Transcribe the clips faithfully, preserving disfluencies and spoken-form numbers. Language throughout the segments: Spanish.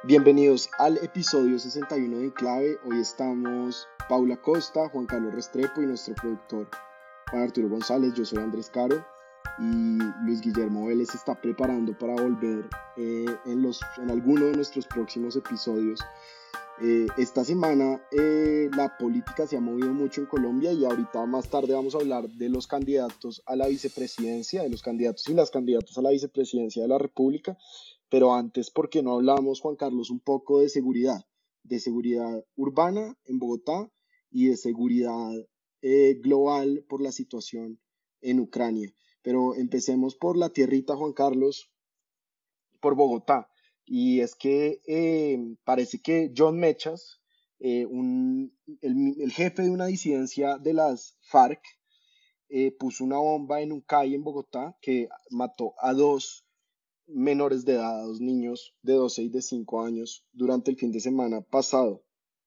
Bienvenidos al episodio sesenta y uno de Clave. Hoy estamos Paula Costa, Juan Carlos Restrepo y nuestro productor Juan Arturo González. Yo soy Andrés Caro y Luis Guillermo Vélez se está preparando para volver eh, en, los, en alguno de nuestros próximos episodios. Eh, esta semana eh, la política se ha movido mucho en Colombia y ahorita más tarde vamos a hablar de los candidatos a la vicepresidencia, de los candidatos y las candidatas a la vicepresidencia de la República. Pero antes, ¿por qué no hablamos, Juan Carlos, un poco de seguridad? De seguridad urbana en Bogotá y de seguridad eh, global por la situación en Ucrania. Pero empecemos por la tierrita, Juan Carlos, por Bogotá. Y es que eh, parece que John Mechas, eh, un, el, el, jefe de una disidencia de las FARC, eh, puso una bomba en un calle en Bogotá que mató a dos menores de edad, a dos niños de doce y de cinco años durante el fin de semana pasado.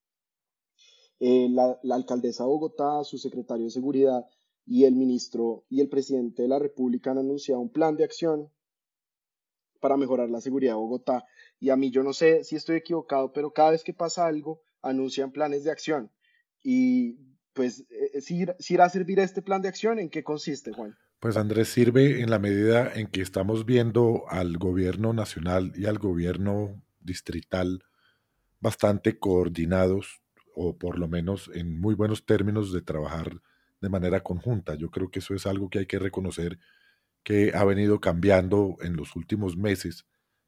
Eh, la, la alcaldesa de Bogotá, su secretario de Seguridad y el ministro y el presidente de la República han anunciado un plan de acción para mejorar la seguridad de Bogotá. Y a mí yo no sé si estoy equivocado, pero cada vez que pasa algo, anuncian planes de acción. Y pues, eh, si, si irá a servir este plan de acción, ¿en qué consiste, Juan? Pues Andrés, sirve en la medida en que estamos viendo al gobierno nacional y al gobierno distrital bastante coordinados, o por lo menos en muy buenos términos de trabajar de manera conjunta. Yo creo que eso es algo que hay que reconocer que ha venido cambiando en los últimos meses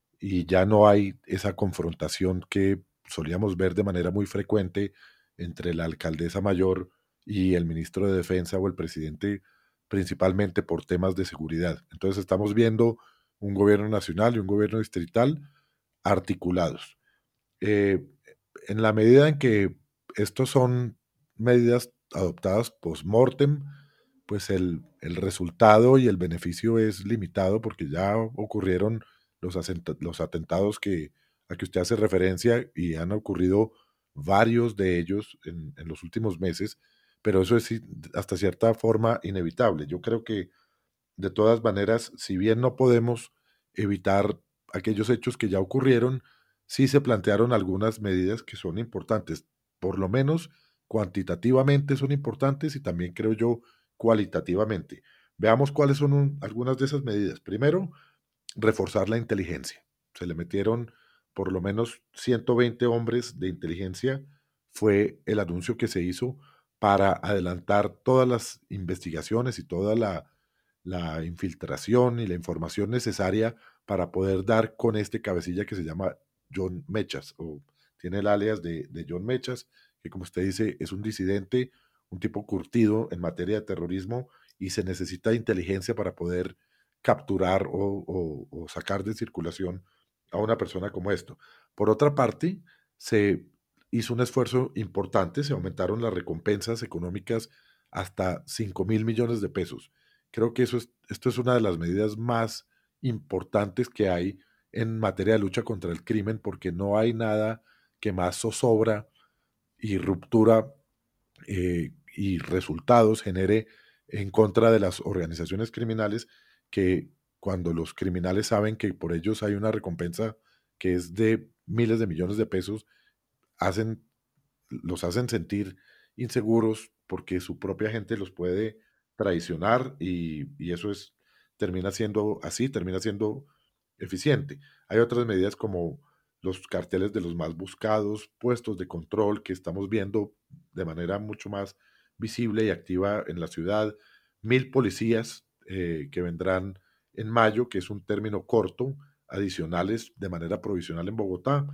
y ya no hay esa confrontación que solíamos ver de manera muy frecuente entre la alcaldesa mayor y el ministro de Defensa o el presidente, principalmente por temas de seguridad. Entonces estamos viendo un gobierno nacional y un gobierno distrital articulados. Eh, en la medida en que estos son medidas adoptadas post-mortem, pues el, el resultado y el beneficio es limitado porque ya ocurrieron los, asenta- los atentados que, a que usted hace referencia y han ocurrido varios de ellos en, en los últimos meses, pero eso es i- hasta cierta forma inevitable. Yo creo que de todas maneras, si bien no podemos evitar aquellos hechos que ya ocurrieron, sí se plantearon algunas medidas que son importantes, por lo menos cuantitativamente son importantes y también creo yo cualitativamente. Veamos cuáles son un- algunas de esas medidas. Primero, reforzar la inteligencia. Se le metieron por lo menos ciento veinte hombres de inteligencia, fue el anuncio que se hizo para adelantar todas las investigaciones y toda la, la infiltración y la información necesaria para poder dar con este cabecilla que se llama John Mechas, o tiene el alias de, de John Mechas, que como usted dice es un disidente, un tipo curtido en materia de terrorismo y se necesita inteligencia para poder capturar o, o, o sacar de circulación a una persona como esto. Por otra parte, se hizo un esfuerzo importante, se aumentaron las recompensas económicas hasta cinco mil millones de pesos. Creo que eso es, esto es una de las medidas más importantes que hay en materia de lucha contra el crimen, porque no hay nada que más zozobra y ruptura eh, y resultados genere en contra de las organizaciones criminales, que cuando los criminales saben que por ellos hay una recompensa que es de miles de millones de pesos, hacen, los hacen sentir inseguros porque su propia gente los puede traicionar y, y eso es, termina siendo así, termina siendo eficiente. Hay otras medidas como los carteles de los más buscados, puestos de control que estamos viendo de manera mucho más visible y activa en la ciudad, mil policías eh, que vendrán en mayo, que es un término corto, adicionales de manera provisional en Bogotá.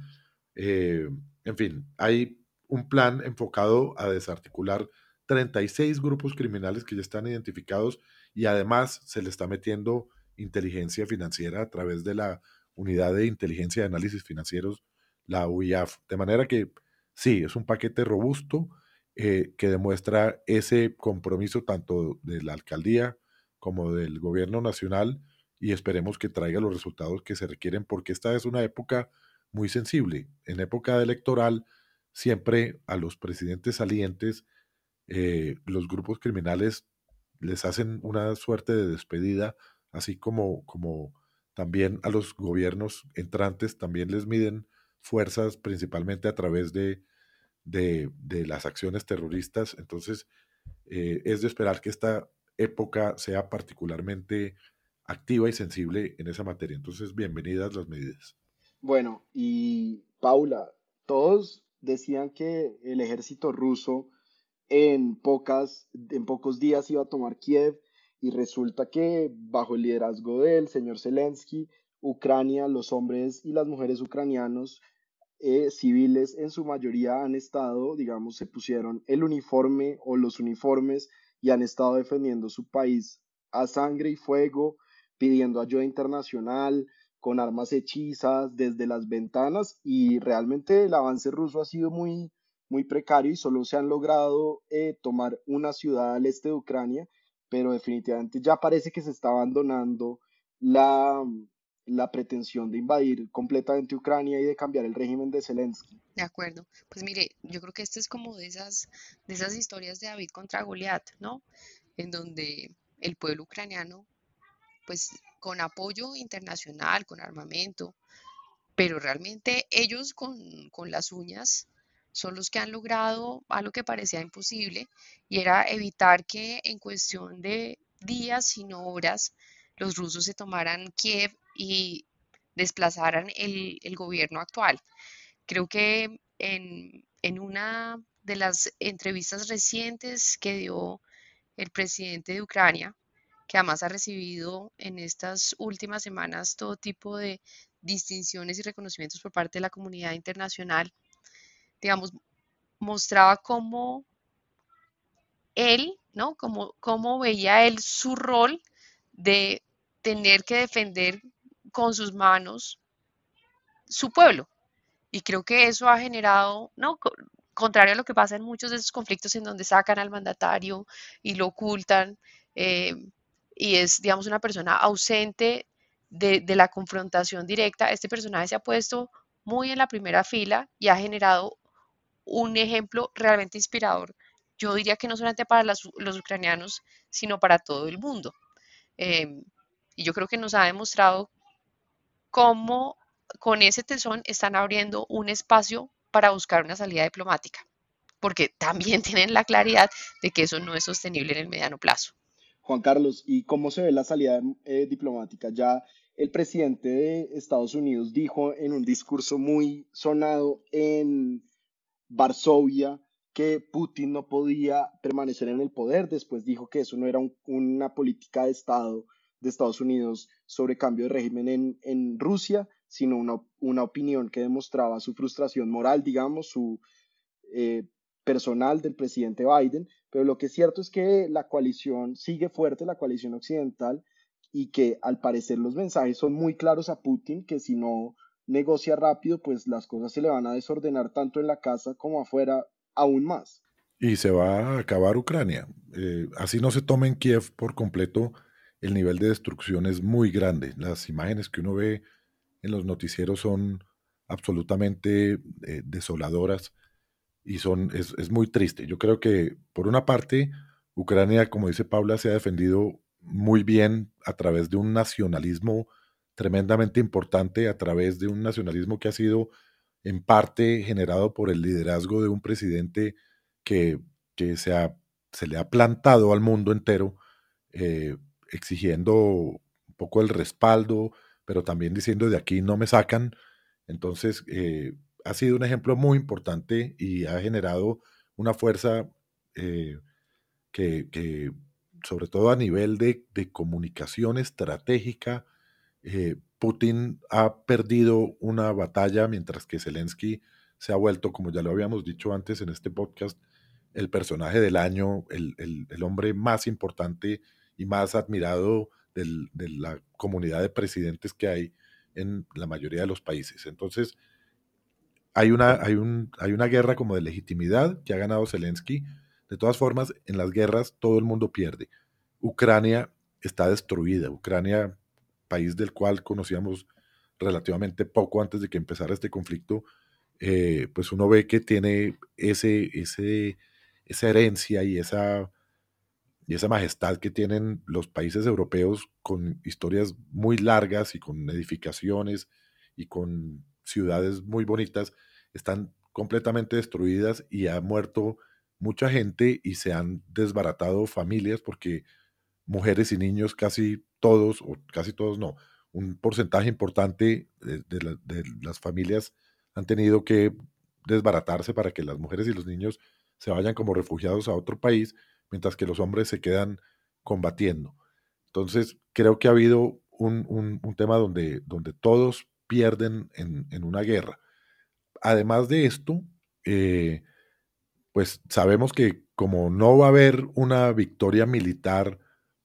Eh, en fin, hay un plan enfocado a desarticular treinta y seis grupos criminales que ya están identificados y además se le está metiendo inteligencia financiera a través de la Unidad de Inteligencia y Análisis Financieros, la U I A F. De manera que sí, es un paquete robusto eh, que demuestra ese compromiso tanto de la alcaldía como del gobierno nacional y esperemos que traiga los resultados que se requieren porque esta es una época muy sensible. En época electoral, siempre a los presidentes salientes, eh, los grupos criminales les hacen una suerte de despedida, así como, como también a los gobiernos entrantes también les miden fuerzas principalmente a través de, de, de las acciones terroristas. Entonces, eh, es de esperar que esta época sea particularmente activa y sensible en esa materia. Entonces, bienvenidas las medidas. Bueno, y Paula, todos decían que el ejército ruso en pocas, en pocos días iba a tomar Kiev y resulta que bajo el liderazgo del señor Zelensky, Ucrania, los hombres y las mujeres ucranianos eh, civiles en su mayoría han estado, digamos, se pusieron el uniforme o los uniformes y han estado defendiendo su país a sangre y fuego, pidiendo ayuda internacional, con armas hechizas desde las ventanas y realmente el avance ruso ha sido muy, muy precario y solo se han logrado eh, tomar una ciudad al este de Ucrania, pero definitivamente ya parece que se está abandonando la, la pretensión de invadir completamente Ucrania y de cambiar el régimen de Zelensky. De acuerdo. Pues mire, yo creo que este es como de esas, de esas historias de David contra Goliat, ¿no? En donde el pueblo ucraniano, pues con apoyo internacional, con armamento, pero realmente ellos con, con las uñas son los que han logrado algo que parecía imposible y era evitar que en cuestión de días, sino horas, los rusos se tomaran Kiev y desplazaran el, el gobierno actual. Creo que en, en una de las entrevistas recientes que dio el presidente de Ucrania, que además ha recibido en estas últimas semanas todo tipo de distinciones y reconocimientos por parte de la comunidad internacional, digamos, mostraba cómo él, ¿no? Cómo, cómo veía él su rol de tener que defender con sus manos su pueblo. Y creo que eso ha generado, ¿no? Contrario a lo que pasa en muchos de esos conflictos en donde sacan al mandatario y lo ocultan, eh, y es, digamos, una persona ausente de, de, la confrontación directa, este personaje se ha puesto muy en la primera fila y ha generado un ejemplo realmente inspirador. Yo diría que no solamente para las, los ucranianos, sino para todo el mundo. Eh, y yo creo que nos ha demostrado cómo con ese tesón están abriendo un espacio para buscar una salida diplomática, porque también tienen la claridad de que eso no es sostenible en el mediano plazo. Juan Carlos, ¿y cómo se ve la salida eh, diplomática? Ya el presidente de Estados Unidos dijo en un discurso muy sonado en Varsovia que Putin no podía permanecer en el poder. Después dijo que eso no era un- una política de Estado de Estados Unidos sobre cambio de régimen en, en Rusia, sino una, una opinión que demostraba su frustración moral, digamos, su eh, personal del presidente Biden. Pero lo que es cierto es que la coalición sigue fuerte, la coalición occidental, y que al parecer los mensajes son muy claros a Putin, que si no negocia rápido, pues las cosas se le van a desordenar tanto en la casa como afuera aún más. Y se va a acabar Ucrania. Eh, así no se tome en Kiev por completo, el nivel de destrucción es muy grande. Las imágenes que uno ve en los noticieros son absolutamente eh, desoladoras y son, es, es muy triste. Yo creo que, por una parte, Ucrania, como dice Paula, se ha defendido muy bien a través de un nacionalismo tremendamente importante, a través de un nacionalismo que ha sido en parte generado por el liderazgo de un presidente que, que se, ha, se le ha plantado al mundo entero, eh, exigiendo un poco el respaldo, pero también diciendo de aquí no me sacan. Entonces, eh, ha sido un ejemplo muy importante y ha generado una fuerza eh, que, que, sobre todo a nivel de, de comunicación estratégica, eh, Putin ha perdido una batalla mientras que Zelensky se ha vuelto, como ya lo habíamos dicho antes en este podcast, el personaje del año, el, el, el hombre más importante y más admirado del, de la comunidad de presidentes que hay en la mayoría de los países. Entonces, hay una, hay, un, hay una guerra como de legitimidad que ha ganado Zelensky. De todas formas, en las guerras todo el mundo pierde. Ucrania está destruida. Ucrania, país del cual conocíamos relativamente poco antes de que empezara este conflicto, eh, pues uno ve que tiene ese, ese, esa herencia y esa, y esa majestad que tienen los países europeos con historias muy largas y con edificaciones y con ciudades muy bonitas están completamente destruidas y ha muerto mucha gente y se han desbaratado familias porque mujeres y niños, casi todos, o casi todos no, un porcentaje importante de, de la- de las familias han tenido que desbaratarse para que las mujeres y los niños se vayan como refugiados a otro país, mientras que los hombres se quedan combatiendo. Entonces, creo que ha habido un, un- un tema donde, donde todos pierden en, en una guerra. Además de esto, eh, pues sabemos que como no va a haber una victoria militar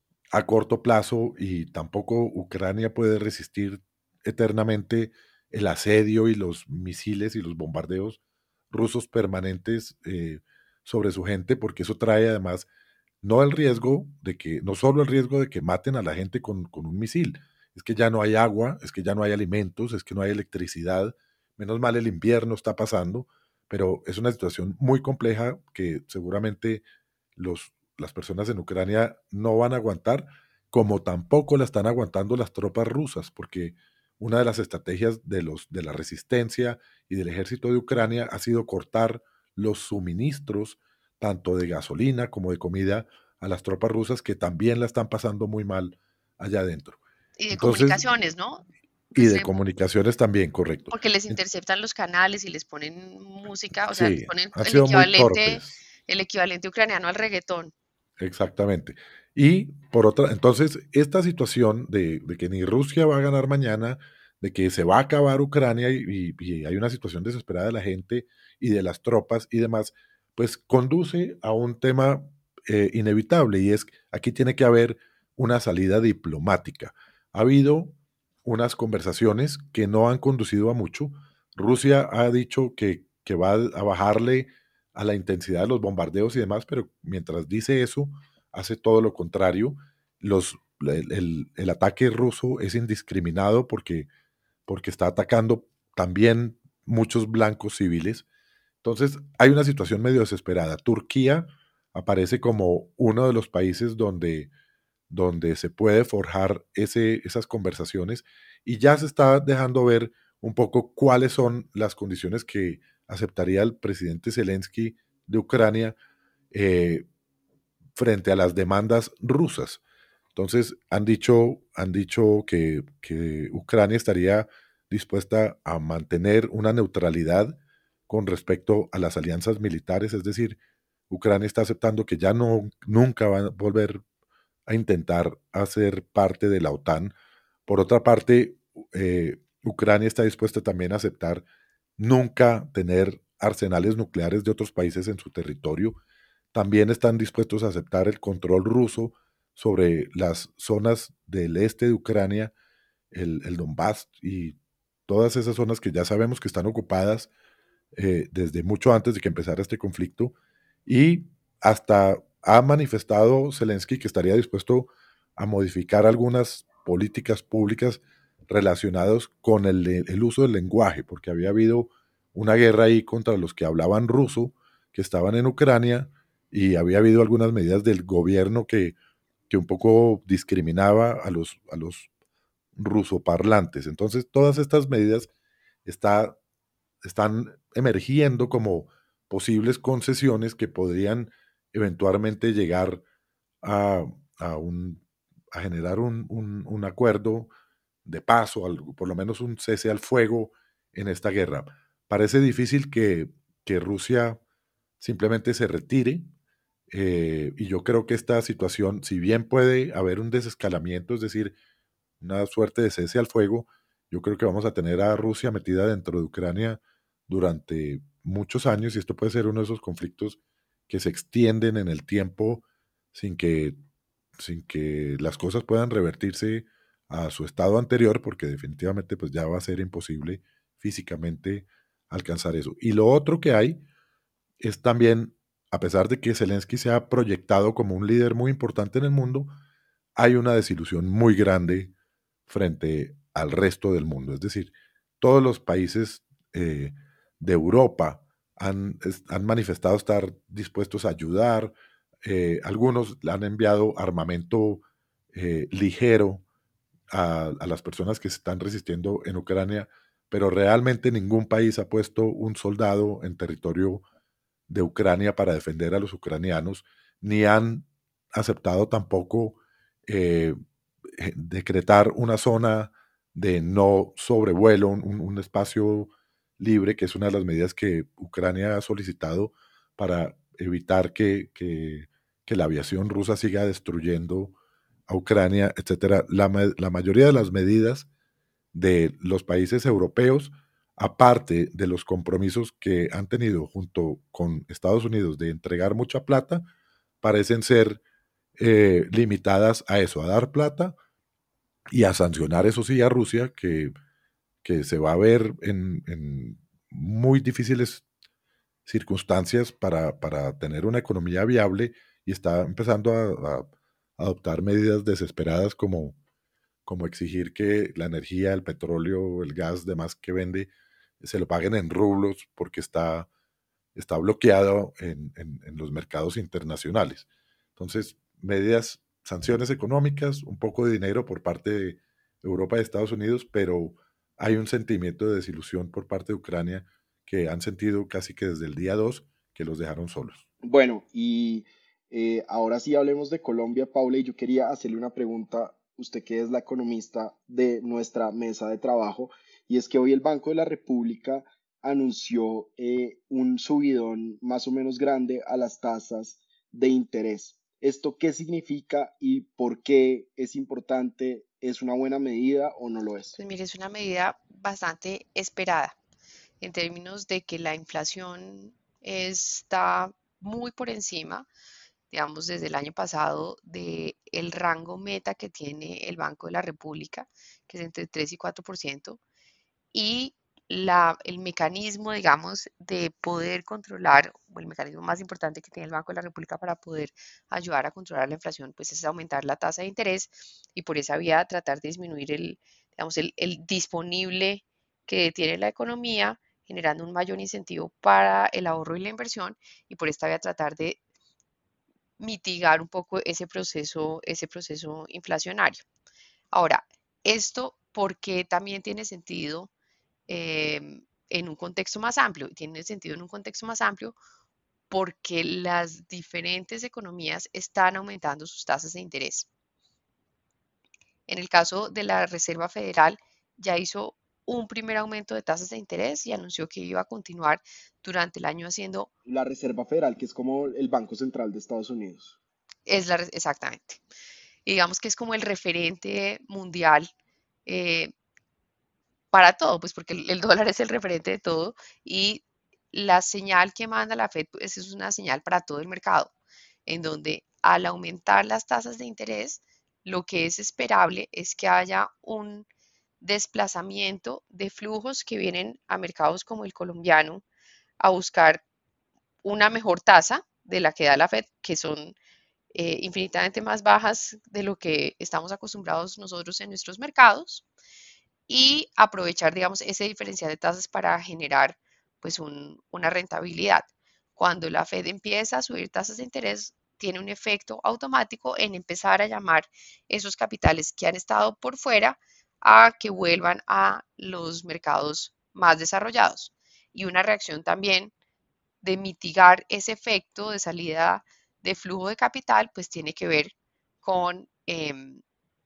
a corto plazo y tampoco Ucrania puede resistir eternamente el asedio y los misiles y los bombardeos rusos permanentes eh, sobre su gente, porque eso trae además no el riesgo de que, no solo el riesgo de que maten a la gente con, con un misil, es que ya no hay agua, es que ya no hay alimentos, es que no hay electricidad, menos mal el invierno está pasando, pero es una situación muy compleja que seguramente los, las personas en Ucrania no van a aguantar, como tampoco la están aguantando las tropas rusas, porque una de las estrategias de, los, de la resistencia y del ejército de Ucrania ha sido cortar los suministros, tanto de gasolina como de comida, a las tropas rusas que también la están pasando muy mal allá adentro. Y de Entonces, comunicaciones, ¿no? y de Restrepo, comunicaciones también, correcto. porque les En- interceptan los canales y les ponen música, o sea, les Sí, ponen han el sido muy equivalente, torpes. el equivalente ucraniano al reggaetón. Exactamente. Y por otra, entonces, esta situación de, de que ni Rusia va a ganar mañana, de que se va a acabar Ucrania y, y- y hay una situación desesperada de la gente y de las tropas y demás, pues conduce a un tema eh, inevitable y es que aquí tiene que haber una salida diplomática. Ha habido unas conversaciones que no han conducido a mucho. Rusia ha dicho que, que va a bajarle a la intensidad de los bombardeos y demás, pero mientras dice eso, hace todo lo contrario. Los, el, el- el ataque ruso es indiscriminado porque, porque está atacando también muchos blancos civiles. Entonces, hay una situación medio desesperada. Turquía aparece como uno de los países donde, donde se puede forjar ese, esas conversaciones y ya se está dejando ver un poco cuáles son las condiciones que aceptaría el presidente Zelensky de Ucrania eh, frente a las demandas rusas. Entonces, han dicho, han dicho que, que Ucrania estaría dispuesta a mantener una neutralidad con respecto a las alianzas militares, es decir, Ucrania está aceptando que ya no, nunca va a volver a intentar hacer parte de la OTAN. Por otra parte, eh, Ucrania está dispuesta también a aceptar nunca tener arsenales nucleares de otros países en su territorio. También están dispuestos a aceptar el control ruso sobre las zonas del este de Ucrania, el, el Donbass y todas esas zonas que ya sabemos que están ocupadas eh, desde mucho antes de que empezara este conflicto. Y hasta ha manifestado Zelensky que estaría dispuesto a modificar algunas políticas públicas relacionadas con el, el uso del lenguaje, porque había habido una guerra ahí contra los que hablaban ruso, que estaban en Ucrania, y había habido algunas medidas del gobierno que, que un poco discriminaba a los, a los rusoparlantes. Entonces, todas estas medidas está, están emergiendo como posibles concesiones que podrían eventualmente llegar a, a, un, a generar un, un, un, acuerdo de paz o algo, por lo menos un cese al fuego en esta guerra. Parece difícil que, que Rusia simplemente se retire eh, y yo creo que esta situación, si bien puede haber un desescalamiento, es decir, una suerte de cese al fuego, yo creo que vamos a tener a Rusia metida dentro de Ucrania durante muchos años y esto puede ser uno de esos conflictos que se extienden en el tiempo sin que, sin que las cosas puedan revertirse a su estado anterior, porque definitivamente pues ya va a ser imposible físicamente alcanzar eso. Y lo otro que hay es también, a pesar de que Zelensky se ha proyectado como un líder muy importante en el mundo, hay una desilusión muy grande frente al resto del mundo. Es decir, todos los países eh, de Europa han, es, han, manifestado estar dispuestos a ayudar. Eh, algunos han enviado armamento eh, ligero a, a, las personas que se están resistiendo en Ucrania pero realmente ningún país ha puesto un soldado en territorio de Ucrania para defender a los ucranianos, ni han aceptado tampoco eh, eh, decretar una zona de no sobrevuelo, un, un espacio libre, que es una de las medidas que Ucrania ha solicitado para evitar que, que, que la aviación rusa siga destruyendo a Ucrania, etcétera. La, la mayoría de las medidas de los países europeos, aparte de los compromisos que han tenido junto con Estados Unidos de entregar mucha plata, parecen ser eh, limitadas a eso, a dar plata y a sancionar, eso sí, a Rusia, que, que se va a ver en, en muy difíciles circunstancias para, para, tener una economía viable y está empezando a, a adoptar medidas desesperadas como como exigir que la energía, el petróleo, el gas, demás que vende, se lo paguen en rublos porque está, está bloqueado en, en, en los mercados internacionales. Entonces, medidas, sanciones económicas, un poco de dinero por parte de Europa y Estados Unidos, pero hay un sentimiento de desilusión por parte de Ucrania que han sentido casi que desde el día dos que los dejaron solos. Bueno, y eh, ahora sí hablemos de Colombia, Paula, y yo quería hacerle una pregunta, usted que es la economista de nuestra mesa de trabajo, y es que hoy el Banco de la República anunció eh, un subidón más o menos grande a las tasas de interés. ¿Esto qué significa y por qué es importante? ¿Es una buena medida o no lo es? Pues mire, es una medida bastante esperada en términos de que la inflación está muy por encima, digamos, desde el año pasado, de el rango meta que tiene el Banco de la República, que es entre tres y cuatro por ciento, y la, el mecanismo, digamos, de poder controlar, o el mecanismo más importante que tiene el Banco de la República para poder ayudar a controlar la inflación, pues es aumentar la tasa de interés y por esa vía tratar de disminuir el, digamos, el, el disponible que tiene la economía, generando un mayor incentivo para el ahorro y la inversión y por esta vía tratar de mitigar un poco ese proceso, ese proceso inflacionario. Ahora, esto, ¿por qué también tiene sentido eh, en un contexto más amplio? Tiene sentido en un contexto más amplio porque las diferentes economías están aumentando sus tasas de interés. En el caso de la Reserva Federal, ya hizo un primer aumento de tasas de interés y anunció que iba a continuar durante el año haciendo, La Reserva Federal, que es como el Banco Central de Estados Unidos. es la, exactamente, y digamos que es como el referente mundial eh, para todo, pues porque el, el dólar es el referente de todo y la señal que manda la Fed pues, es una señal para todo el mercado, en donde al aumentar las tasas de interés, lo que es esperable es que haya un desplazamiento de flujos que vienen a mercados como el colombiano a buscar una mejor tasa de la que da la Fed, que son eh, infinitamente más bajas de lo que estamos acostumbrados nosotros en nuestros mercados y aprovechar, digamos, ese diferencial de tasas para generar pues un, una rentabilidad. Cuando la Fed empieza a subir tasas de interés, tiene un efecto automático en empezar a llamar esos capitales que han estado por fuera a que vuelvan a los mercados más desarrollados. Y una reacción también de mitigar ese efecto de salida de flujo de capital, pues tiene que ver con eh,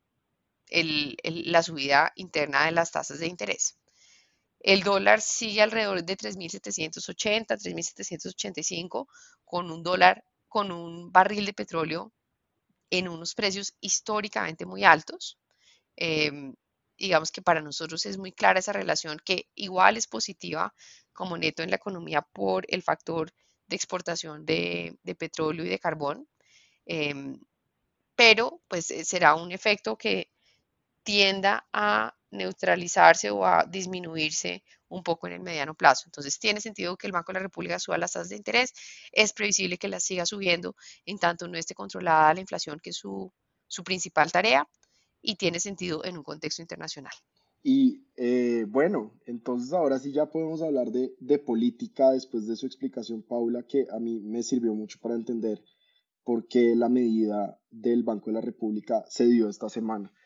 el, el, la subida interna de las tasas de interés. El dólar sigue alrededor de tres mil setecientos ochenta, tres mil setecientos ochenta y cinco, con un dólar, con un barril de petróleo en unos precios históricamente muy altos. Eh, digamos que para nosotros es muy clara esa relación que igual es positiva como neto en la economía por el factor de exportación de, de petróleo y de carbón, eh, pero pues será un efecto que tienda a neutralizarse o a disminuirse un poco en el mediano plazo. Entonces, tiene sentido que el Banco de la República suba las tasas de interés, es previsible que las siga subiendo en tanto no esté controlada la inflación, que es su, su principal tarea, y tiene sentido en un contexto internacional. Y eh, bueno, entonces ahora sí ya podemos hablar de, de política después de su explicación, Paula, que a mí me sirvió mucho para entender por qué la medida del Banco de la República se dio esta semana.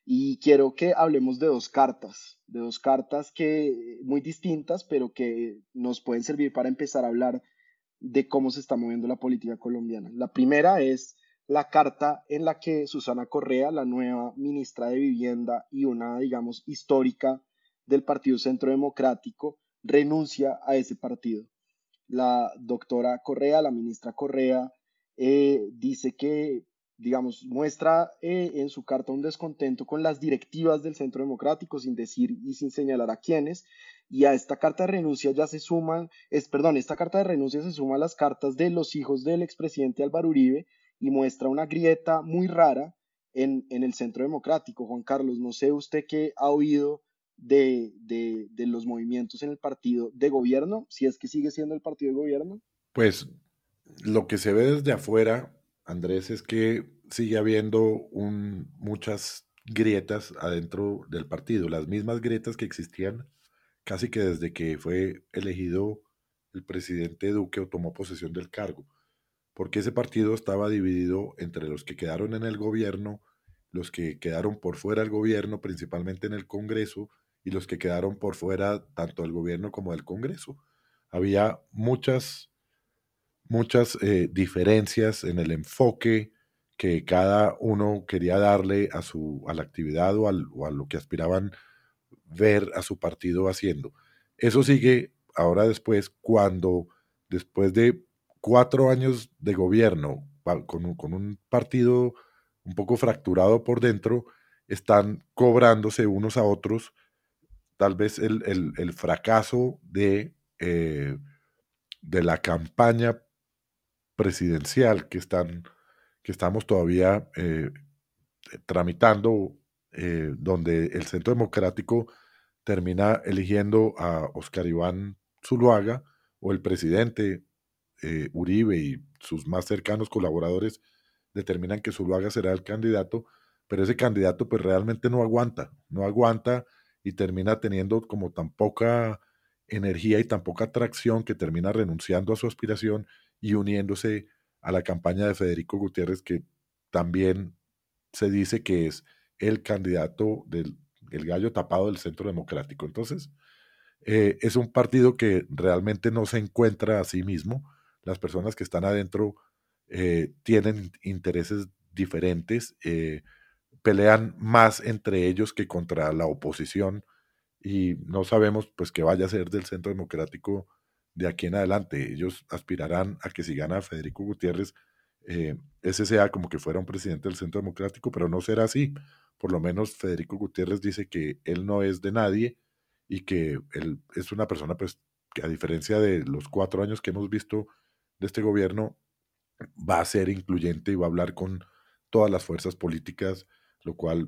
Y quiero que hablemos de dos cartas, de dos cartas que muy distintas, pero que nos pueden servir para empezar a hablar de cómo se está moviendo la política colombiana. La primera es la carta en la que Susana Correa, la nueva ministra de Vivienda y una, digamos, histórica del Partido Centro Democrático, renuncia a ese partido. La doctora Correa, la ministra Correa, eh, dice que, digamos, muestra eh, en su carta un descontento con las directivas del Centro Democrático, sin decir y sin señalar a quiénes, y a esta carta de renuncia ya se suman, es, perdón, esta carta de renuncia se suma a las cartas de los hijos del expresidente Álvaro Uribe y muestra una grieta muy rara en, en el Centro Democrático. Juan Carlos, no sé usted qué ha oído de, de, de los movimientos en el partido de gobierno, si es que sigue siendo el partido de gobierno. Pues lo que se ve desde afuera, Andrés, es que sigue habiendo un, muchas grietas adentro del partido, las mismas grietas que existían casi que desde que fue elegido el presidente Duque o tomó posesión del cargo, porque ese partido estaba dividido entre los que quedaron en el gobierno, los que quedaron por fuera del gobierno, principalmente en el Congreso, y los que quedaron por fuera tanto del gobierno como del Congreso. Había muchas muchas eh, diferencias en el enfoque que cada uno quería darle a, su, a la actividad o, al, o a lo que aspiraban ver a su partido haciendo. Eso sigue ahora después, cuando después de cuatro años de gobierno, con un, con un partido un poco fracturado por dentro, están cobrándose unos a otros tal vez el, el, el fracaso de, eh, de la campaña presidencial que, están, que estamos todavía eh, tramitando, eh, donde el Centro Democrático termina eligiendo a Oscar Iván Zuluaga o el presidente eh, Uribe y sus más cercanos colaboradores determinan que Zuluaga será el candidato, pero ese candidato pues realmente no aguanta, no aguanta y termina teniendo como tan poca energía y tan poca atracción que termina renunciando a su aspiración y uniéndose a la campaña de Federico Gutiérrez, que también se dice que es el candidato del el gallo tapado del Centro Democrático. Entonces, eh, es un partido que realmente no se encuentra a sí mismo. Las personas que están adentro eh, tienen intereses diferentes, eh, pelean más entre ellos que contra la oposición y no sabemos pues qué vaya a ser del Centro Democrático de aquí en adelante. Ellos aspirarán a que si gana Federico Gutiérrez, eh, ese sea como que fuera un presidente del Centro Democrático, pero no será así. Por lo menos Federico Gutiérrez dice que él no es de nadie y que él es una persona pues que a diferencia de los cuatro años que hemos visto de este gobierno, va a ser incluyente y va a hablar con todas las fuerzas políticas, lo cual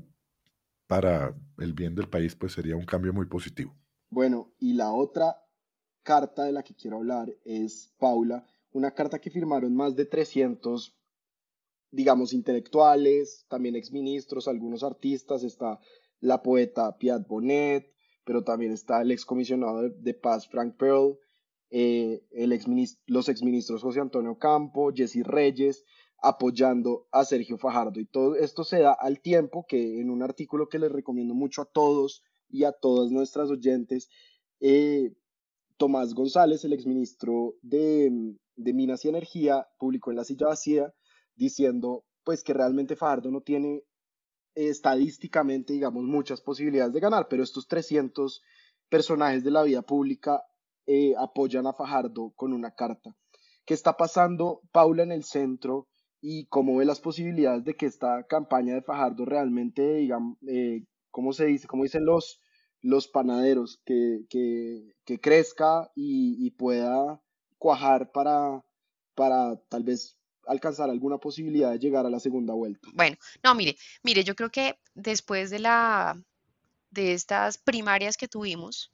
para el bien del país pues sería un cambio muy positivo. Bueno, y la otra carta de la que quiero hablar es Paula, una carta que firmaron más de trescientos, digamos, intelectuales, también exministros, algunos artistas, está la poeta Piat Bonet, pero también está el excomisionado de, de paz Frank Pearl, eh, el exministro, los exministros José Antonio Campo, Jesse Reyes, apoyando a Sergio Fajardo. Y todo esto se da al tiempo que en un artículo que les recomiendo mucho a todos y a todas nuestras oyentes, eh, Tomás González, el exministro de, de Minas y Energía, publicó en La Silla Vacía diciendo pues que realmente Fajardo no tiene eh, estadísticamente, digamos, muchas posibilidades de ganar, pero estos trescientos personajes de la vida pública eh, apoyan a Fajardo con una carta. ¿Qué está pasando, Paula, en el centro y cómo ve las posibilidades de que esta campaña de Fajardo realmente, digamos, eh, ¿cómo se dice? ¿Cómo dicen los, los panaderos? Que, que, que crezca y, y pueda cuajar para, para tal vez alcanzar alguna posibilidad de llegar a la segunda vuelta. Bueno, no, mire, mire, yo creo que después de la, de estas primarias que tuvimos,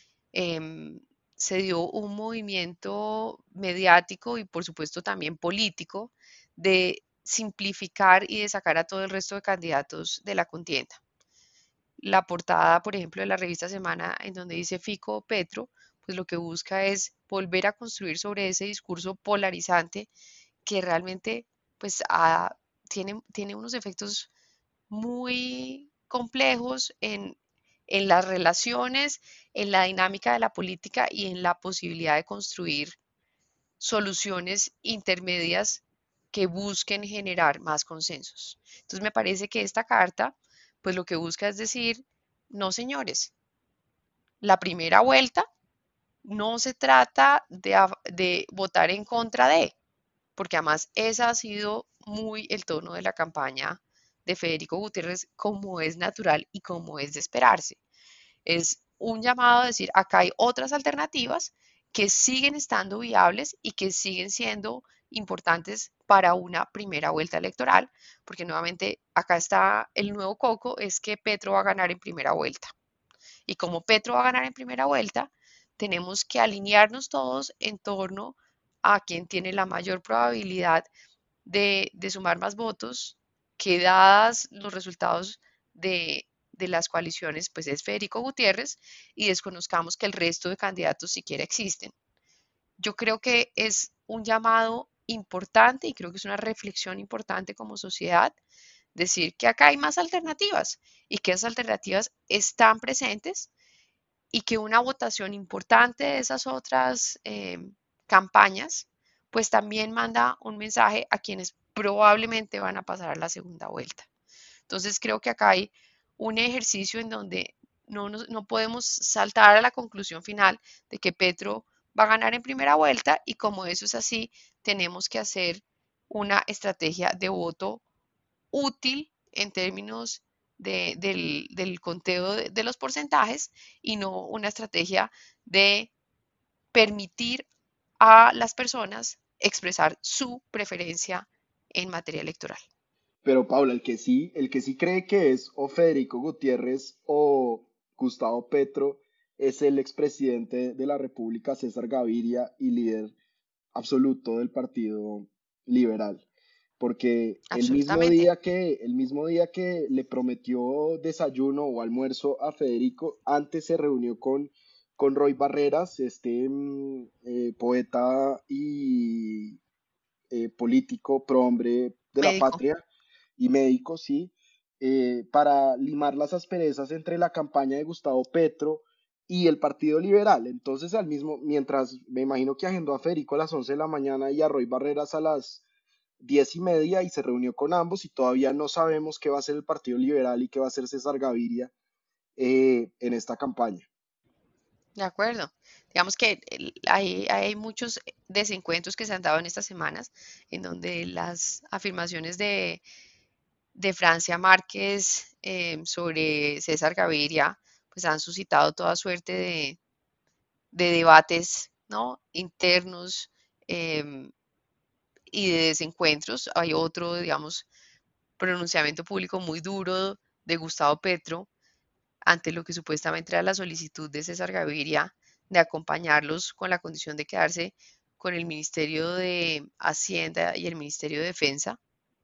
em, se dio un movimiento mediático y por supuesto también político de simplificar y de sacar a todo el resto de candidatos de la contienda. La portada, por ejemplo, de la revista Semana, en donde dice Fico Petro, pues lo que busca es volver a construir sobre ese discurso polarizante que realmente pues ha- tiene, tiene unos efectos muy complejos en, en las relaciones, en la dinámica de la política y en la posibilidad de construir soluciones intermedias que busquen generar más consensos. Entonces me parece que esta carta, pues lo que busca es decir, no señores, la primera vuelta no se trata de, de votar en contra de, porque además ese ha sido muy el tono de la campaña de Federico Gutiérrez, como es natural y como es de esperarse. Es un llamado a decir, acá hay otras alternativas que siguen estando viables y que siguen siendo importantes para una primera vuelta electoral, porque nuevamente acá está el nuevo coco, es que Petro va a ganar en primera vuelta. Y como Petro va a ganar en primera vuelta, tenemos que alinearnos todos en torno a quien tiene la mayor probabilidad de, de sumar más votos, que dadas los resultados de, de las coaliciones, pues es Federico Gutiérrez, y desconozcamos que el resto de candidatos siquiera existen. Yo creo que es un llamado importante y creo que es una reflexión importante como sociedad decir que acá hay más alternativas y que esas alternativas están presentes y que una votación importante de esas otras eh, campañas, pues también manda un mensaje a quienes probablemente van a pasar a la segunda vuelta. Entonces creo que acá hay un ejercicio en donde no, nos, no podemos saltar a la conclusión final de que Petro va a ganar en primera vuelta y como eso es así, tenemos que hacer una estrategia de voto útil en términos de, del, del, conteo de, de los porcentajes y no una estrategia de permitir a las personas expresar su preferencia en materia electoral. Pero Paula, el que sí, el que sí cree que es o Federico Gutiérrez o Gustavo Petro es el expresidente de la República, César Gaviria, y líder absoluto del Partido Liberal. Porque el mismo Absolutamente. día que, el mismo día que le prometió desayuno o almuerzo a Federico, antes se reunió con, con Roy Barreras, este mm, eh, poeta y eh, político prohombre de la Médico. patria y médico, sí, eh, para limar las asperezas entre la campaña de Gustavo Petro y el Partido Liberal. Entonces, al mismo, mientras me imagino que agendó a Federico a las once de la mañana y a Roy Barreras a las diez y media y se reunió con ambos y todavía no sabemos qué va a hacer el Partido Liberal y qué va a hacer César Gaviria eh, en esta campaña. De acuerdo. Digamos que el- hay, hay muchos desencuentros que se han dado en estas semanas en donde las afirmaciones de, de Francia Márquez eh, sobre César Gaviria pues han suscitado toda suerte de, de debates, ¿no? internos em, y de desencuentros. Hay otro, digamos, pronunciamiento público muy duro de Gustavo Petro ante lo que supuestamente era la solicitud de César Gaviria de acompañarlos con la condición de quedarse con el Ministerio de Hacienda y el Ministerio de Defensa.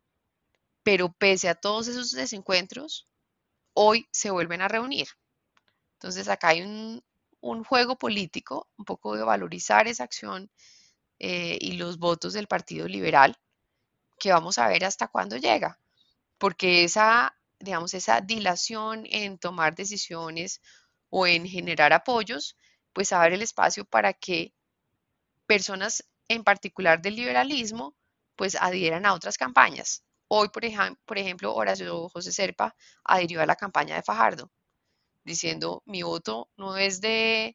Pero pese a todos esos desencuentros, hoy se vuelven a reunir. Entonces acá hay un, un juego político, un poco de valorizar esa acción eh, y los votos del Partido Liberal, que vamos a ver hasta cuándo llega, porque esa, digamos, esa dilación en tomar decisiones o en generar apoyos, pues abre el espacio para que personas en particular del liberalismo, pues adhieran a otras campañas. Hoy, por, ejemplo, por ejemplo, Horacio José Serpa adhirió a la campaña de Fajardo, diciendo mi voto no es de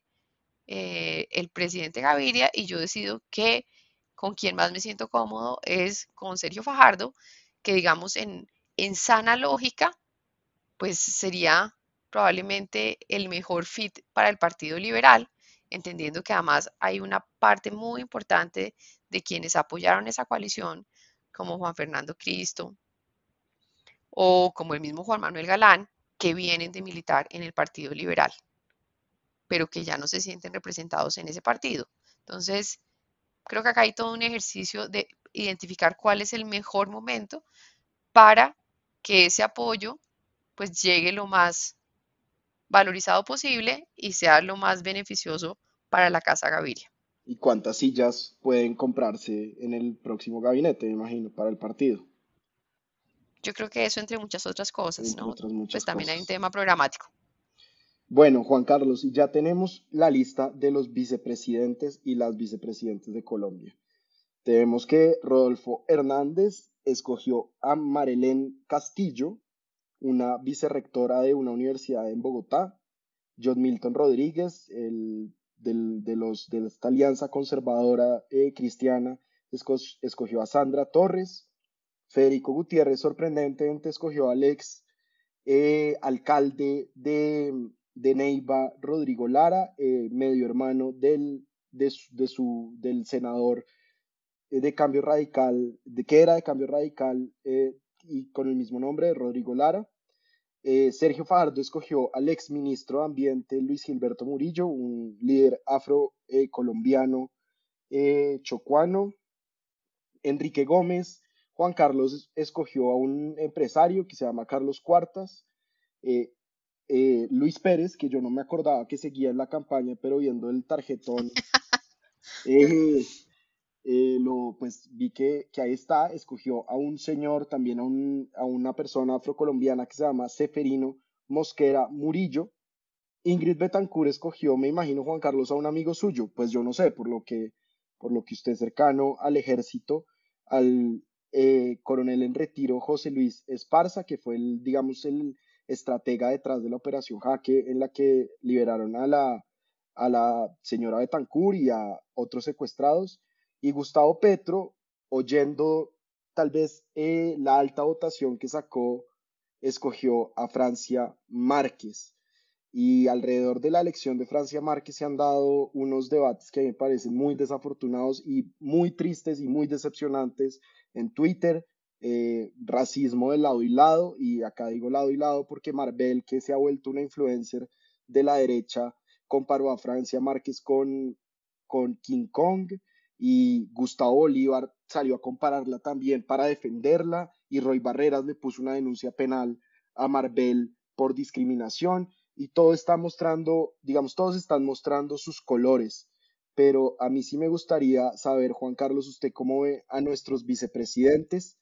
eh, el presidente Gaviria y yo decido que con quien más me siento cómodo es con Sergio Fajardo, que digamos en, en sana lógica, pues sería probablemente el mejor fit para el Partido Liberal, entendiendo que además hay una parte muy importante de quienes apoyaron esa coalición, como Juan Fernando Cristo o como el mismo Juan Manuel Galán, que vienen de militar en el Partido Liberal, pero que ya no se sienten representados en ese partido. Entonces, creo que acá hay todo un ejercicio de identificar cuál es el mejor momento para que ese apoyo pues llegue lo más valorizado posible y sea lo más beneficioso para la Casa Gaviria. ¿Y cuántas sillas pueden comprarse en el próximo gabinete, me imagino, para el partido? Yo creo que eso entre muchas otras cosas, entre ¿no? otras Pues muchas también hay un cosas. tema programático. Bueno, Juan Carlos, y ya tenemos la lista de los vicepresidentes y las vicepresidentes de Colombia. Tenemos que Rodolfo Hernández escogió a Marilén Castillo, una vicerrectora de una universidad en Bogotá. John Milton Rodríguez, el, del, de, los, de esta alianza conservadora eh, cristiana, esco escogió a Sandra Torres. Federico Gutiérrez, sorprendentemente, escogió al ex eh, alcalde de, de, Neiva, Rodrigo Lara, eh, medio hermano del, de su, de su, del senador eh, de Cambio Radical, de que era de Cambio Radical eh, y con el mismo nombre, Rodrigo Lara. Eh, Sergio Fajardo escogió al ex ministro de Ambiente Luis Gilberto Murillo, un líder afro-colombiano eh, chocuano. Enrique Gómez. Juan Carlos escogió a un empresario que se llama Carlos Cuartas. Eh, eh, Luis Pérez, que yo no me acordaba que seguía en la campaña, pero viendo el tarjetón, eh, eh, lo, pues vi que, que ahí está, escogió a un señor, también a, un, a una persona afrocolombiana que se llama Seferino Mosquera Murillo. Ingrid Betancourt escogió, me imagino, Juan Carlos, a un amigo suyo, pues yo no sé, por lo que, por lo que usted es cercano al ejército, al eh, coronel en retiro José Luis Esparza, que fue el, digamos, el estratega detrás de la operación Jaque, en la que liberaron a la, a la señora Betancourt y a otros secuestrados, y Gustavo Petro, oyendo tal vez eh, la alta votación que sacó, escogió a Francia Márquez. Y alrededor de la elección de Francia Márquez se han dado unos debates que me parecen muy desafortunados y muy tristes y muy decepcionantes en Twitter. Eh, racismo de lado y lado, y acá digo lado y lado porque Marvel, que se ha vuelto una influencer de la derecha, comparó a Francia Márquez con, con King Kong, y Gustavo Bolívar salió a compararla también para defenderla, y Roy Barreras le puso una denuncia penal a Marvel por discriminación, y todo está mostrando, digamos, todos están mostrando sus colores. Pero a mí sí me gustaría saber, Juan Carlos, usted cómo ve a nuestros vicepresidentes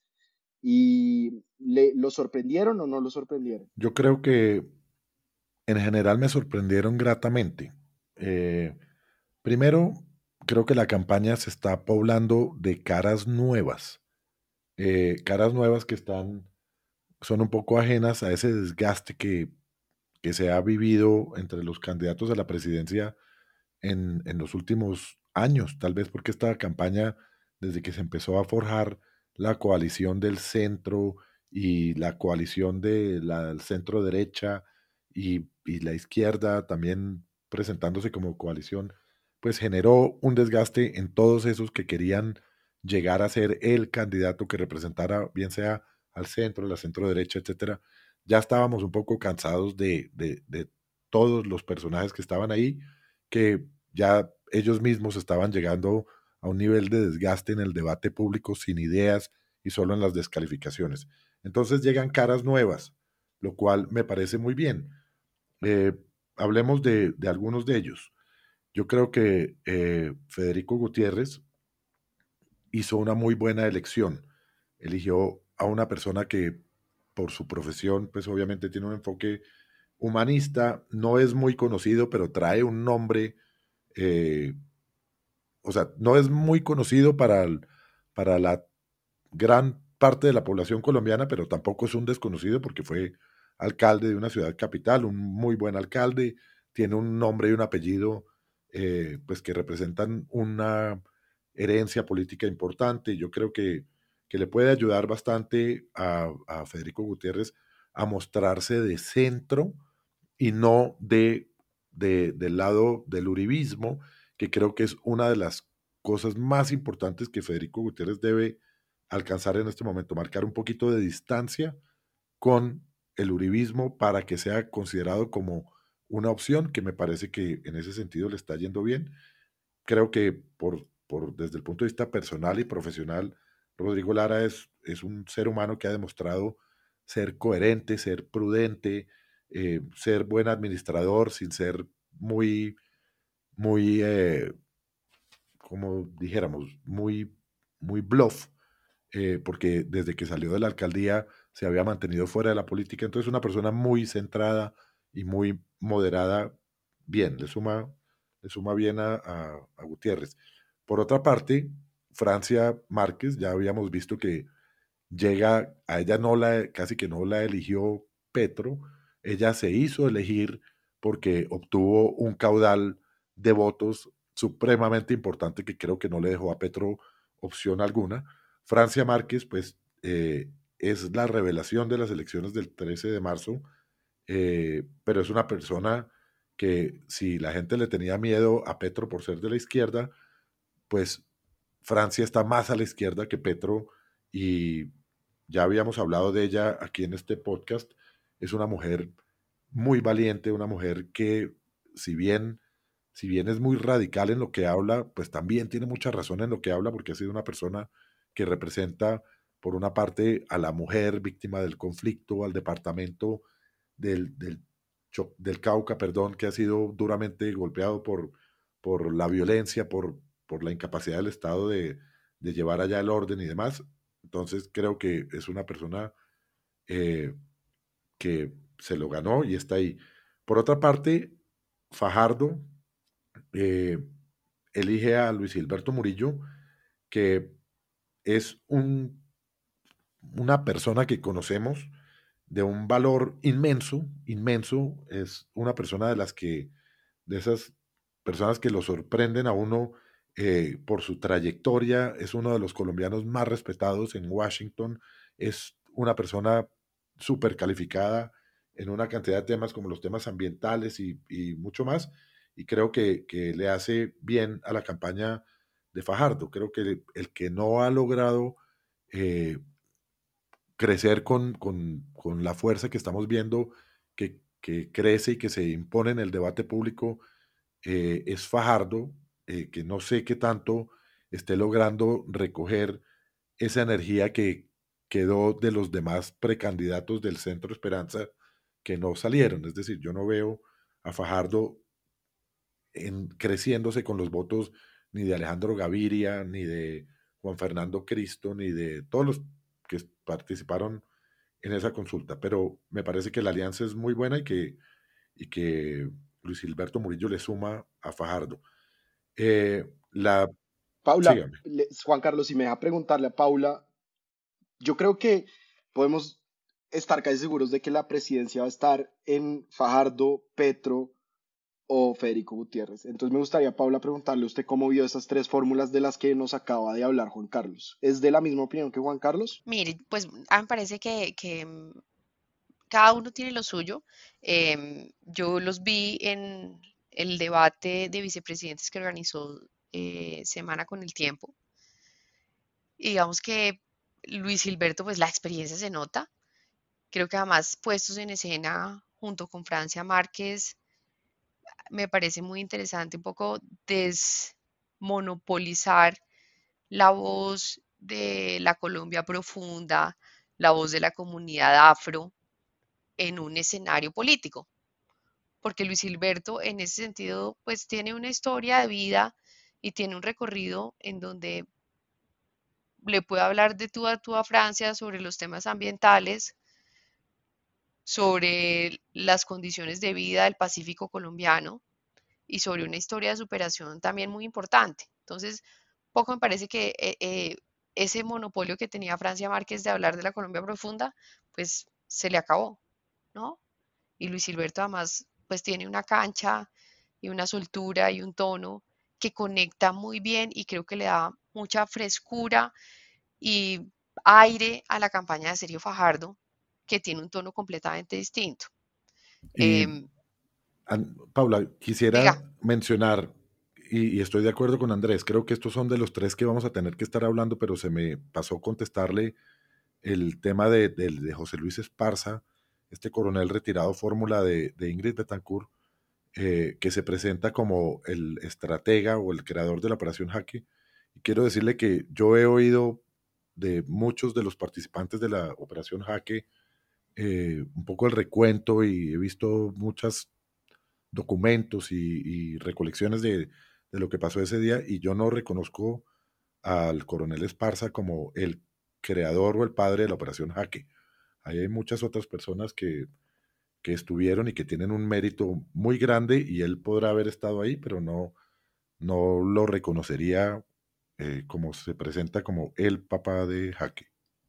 y le, ¿lo sorprendieron o no lo sorprendieron? Yo creo que en general me sorprendieron gratamente. Eh, primero, creo que la campaña se está poblando de caras nuevas, eh, caras nuevas que están, son un poco ajenas a ese desgaste que, que se ha vivido entre los candidatos a la presidencia en, en los últimos años, tal vez porque esta campaña, desde que se empezó a forjar la coalición del centro y la coalición de la centro derecha y, y la izquierda también presentándose como coalición, pues generó un desgaste en todos esos que querían llegar a ser el candidato que representara, bien sea al centro, la centro derecha, etcétera. Ya estábamos un poco cansados de, de, de todos los personajes que estaban ahí, que ya ellos mismos estaban llegando a un nivel de desgaste en el debate público sin ideas y solo en las descalificaciones. Entonces llegan caras nuevas, lo cual me parece muy bien. Eh, hablemos de, de, algunos de ellos. Yo creo que eh, Federico Gutiérrez hizo una muy buena elección. Eligió a una persona que por su profesión, pues obviamente tiene un enfoque humanista, no es muy conocido, pero trae un nombre eh, o sea, no es muy conocido para, el, para la gran parte de la población colombiana, pero tampoco es un desconocido porque fue alcalde de una ciudad capital, un muy buen alcalde, tiene un nombre y un apellido eh, pues que representan una herencia política importante. Yo creo que, que le puede ayudar bastante a, a Federico Gutiérrez a mostrarse de centro y no de, de, del lado del uribismo, que creo que es una de las cosas más importantes que Federico Gutiérrez debe alcanzar en este momento, marcar un poquito de distancia con el uribismo para que sea considerado como una opción, que me parece que en ese sentido le está yendo bien. Creo que por, por, desde el punto de vista personal y profesional, Rodrigo Lara es, es un ser humano que ha demostrado ser coherente, ser prudente, eh, ser buen administrador sin ser muy, muy, eh, como dijéramos, muy, muy bluff, eh, porque desde que salió de la alcaldía se había mantenido fuera de la política. Entonces, una persona muy centrada y muy moderada, bien, le suma, le suma bien a, a, a Gutiérrez. Por otra parte, Francia Márquez, ya habíamos visto que llega, a ella no la, casi que no la eligió Petro, ella se hizo elegir porque obtuvo un caudal de votos supremamente importante que creo que no le dejó a Petro opción alguna. Francia Márquez, pues, eh, es la revelación de las elecciones del trece de marzo, eh, pero es una persona que si la gente le tenía miedo a Petro por ser de la izquierda, pues Francia está más a la izquierda que Petro y ya habíamos hablado de ella aquí en este podcast. Es una mujer muy valiente, una mujer que si bien, si bien es muy radical en lo que habla, pues también tiene mucha razón en lo que habla porque ha sido una persona que representa por una parte a la mujer víctima del conflicto, al departamento del, del, del Cauca, perdón, que ha sido duramente golpeado por, por la violencia, por, por la incapacidad del Estado de, de llevar allá el orden y demás. Entonces creo que es una persona eh, que se lo ganó y está ahí. Por otra parte, Fajardo eh, elige a Luis Gilberto Murillo, que es un, una persona que conocemos de un valor inmenso, inmenso, es una persona de las que, de esas personas que lo sorprenden a uno eh, por su trayectoria, es uno de los colombianos más respetados en Washington, es una persona súper calificada en una cantidad de temas como los temas ambientales y, y mucho más, y creo que, que, le hace bien a la campaña de Fajardo. Creo que el que no ha logrado eh, crecer con, con, con, la fuerza que estamos viendo que, que, crece y que se impone en el debate público eh, es Fajardo, eh, que no sé qué tanto esté logrando recoger esa energía que quedó de los demás precandidatos del Centro Esperanza que no salieron. Es decir, yo no veo a Fajardo en, creciéndose con los votos ni de Alejandro Gaviria, ni de Juan Fernando Cristo, ni de todos los que participaron en esa consulta. Pero me parece que la alianza es muy buena y que, y que Luis Gilberto Murillo le suma a Fajardo. Eh, la, Paula, sígame. le- Juan Carlos, si me deja preguntarle a Paula, yo creo que podemos estar casi seguros de que la presidencia va a estar en Fajardo, Petro o Federico Gutiérrez. Entonces me gustaría, Paula, preguntarle a usted cómo vio esas tres fórmulas de las que nos acaba de hablar Juan Carlos. ¿Es de la misma opinión que Juan Carlos? Mire, pues a mí me parece que, que, mm, cada uno tiene lo suyo. Em, yo los vi en el debate de vicepresidentes que organizó eh, Semana con el Tiempo. Y digamos que Luis Gilberto, pues la experiencia se nota. Creo que además puestos en escena junto con Francia Márquez, me parece muy interesante un poco desmonopolizar la voz de la Colombia profunda, la voz de la comunidad afro en un escenario político. Porque Luis Gilberto en ese sentido pues tiene una historia de vida y tiene un recorrido en donde le puede hablar de tú a tú a Francia sobre los temas ambientales, sobre las condiciones de vida del Pacífico colombiano y sobre una historia de superación también muy importante. Entonces, poco me parece que eh, eh, ese monopolio que tenía Francia Márquez de hablar de la Colombia profunda, pues se le acabó, ¿no? Y Luis Gilberto además, pues tiene una cancha y una soltura y un tono que conecta muy bien y creo que le da mucha frescura y aire a la campaña de Sergio Fajardo, que tiene un tono completamente distinto. Y Em, An- Paula, diga, quisiera mencionar, y, y estoy de acuerdo con Andrés, creo que estos son de los tres que vamos a tener que estar hablando, pero se me pasó contestarle el tema de, de- de José Luis Esparza, este coronel retirado fórmula de, de Ingrid Betancourt, eh, que se presenta como el estratega o el creador de la Operación Jaque. Y quiero decirle que yo he oído de muchos de los participantes de la Operación Jaque eh, un poco el recuento y he visto muchos documentos y, y recolecciones de, de lo que pasó ese día y yo no reconozco al coronel Esparza como el creador o el padre de la Operación Jaque. Ahí hay muchas otras personas que, que estuvieron y que tienen un mérito muy grande y él podrá haber estado ahí, pero no, no lo reconocería eh, como se presenta como el papá de Jaque.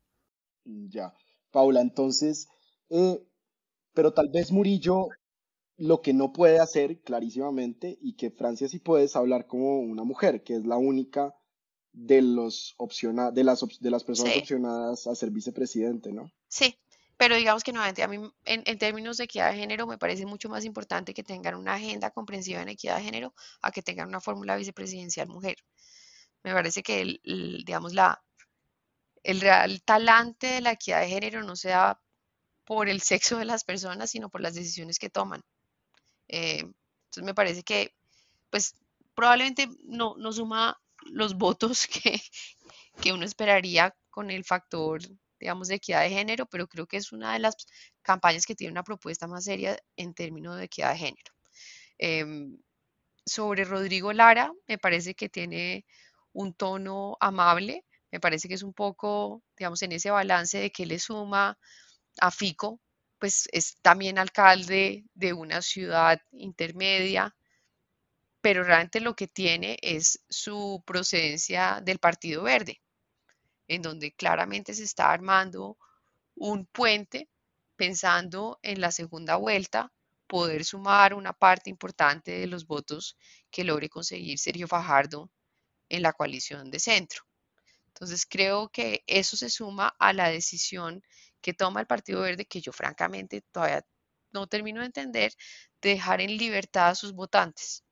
Ya, Paula, entonces, eh, pero tal vez Murillo lo que no puede hacer clarísimamente y que Francia sí puede es hablar como una mujer, que es la única de los opciona- de las, op- de las personas Sí, opcionadas a ser vicepresidente, ¿no? sí, pero digamos que nuevamente a mí en, en términos de equidad de género me parece mucho más importante que tengan una agenda comprensiva en equidad de género a que tengan una fórmula vicepresidencial mujer. Me parece que el, el, digamos la, el real talante de la equidad de género no se da por el sexo de las personas, sino por las decisiones que toman. Eh, entonces me parece que pues probablemente no, no suma los votos que, que uno esperaría con el factor, digamos, de equidad de género, pero creo que es una de las campañas que tiene una propuesta más seria en términos de equidad de género. Eh, sobre Rodrigo Lara, me parece que tiene un tono amable, me parece que es un poco, digamos, en ese balance de que le suma a Fico, pues es también alcalde de una ciudad intermedia, pero realmente lo que tiene es su procedencia del Partido Verde, en donde claramente se está armando un puente pensando en la segunda vuelta poder sumar una parte importante de los votos que logre conseguir Sergio Fajardo en la coalición de centro. Entonces creo que eso se suma a la decisión que toma el Partido Verde, que yo francamente todavía no termino de entender, de dejar en libertad a sus votantes.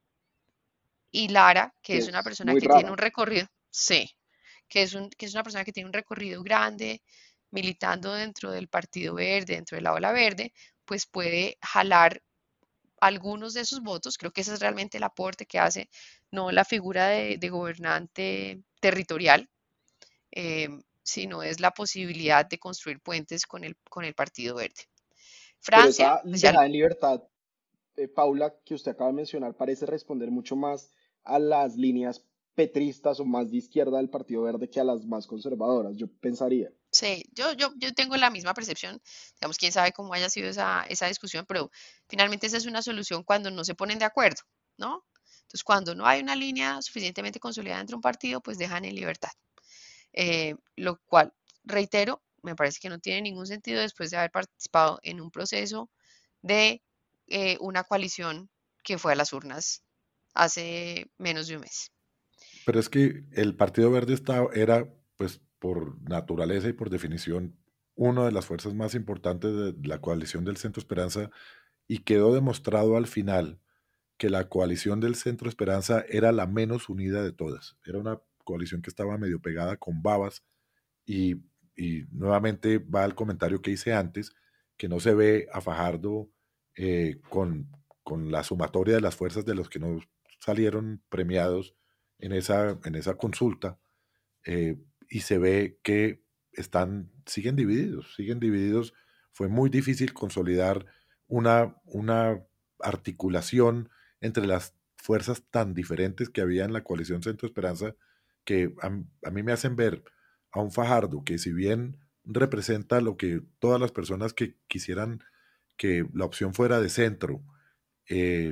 Y Lara, que Que es una es persona muy que tiene rara. un recorrido, sí, que es, un, que es una persona que tiene un recorrido grande, militando dentro del Partido Verde, dentro de la ola verde, pues puede jalar algunos de esos votos. Creo que ese es realmente el aporte que hace, no la figura de, de gobernante territorial, eh, sino es la posibilidad de construir puentes con el, con el Partido Verde. Pero Francia, esa pues ya, dejada en libertad, eh, Paula, que usted acaba de mencionar, parece responder mucho más a las líneas petristas o más de izquierda del Partido Verde que a las más conservadoras, yo pensaría. sí, yo, yo, yo tengo la misma percepción, digamos, quién sabe cómo haya sido esa, esa discusión, pero finalmente esa es una solución cuando no se ponen de acuerdo, ¿no? Entonces, cuando no hay una línea suficientemente consolidada entre un partido, pues dejan en libertad. Eh, lo cual, reitero, me parece que no tiene ningún sentido después de haber participado en un proceso de eh, una coalición que fue a las urnas hace menos de un mes. Pero es que el Partido Verde estaba, era, pues, por naturaleza y por definición, una de las fuerzas más importantes de la coalición del Centro Esperanza y quedó demostrado al final que la coalición del Centro Esperanza era la menos unida de todas. Era una coalición que estaba medio pegada con babas y, y nuevamente va al comentario que hice antes, que no se ve a Fajardo eh, con, con la sumatoria de las fuerzas de los que no salieron premiados en esa, en esa consulta, eh, y se ve que están, siguen divididos, siguen divididos. Fue muy difícil consolidar una, una articulación entre las fuerzas tan diferentes que había en la coalición Centro Esperanza, que a, a mí me hacen ver a un Fajardo que, si bien representa lo que todas las personas que quisieran que la opción fuera de centro, eh,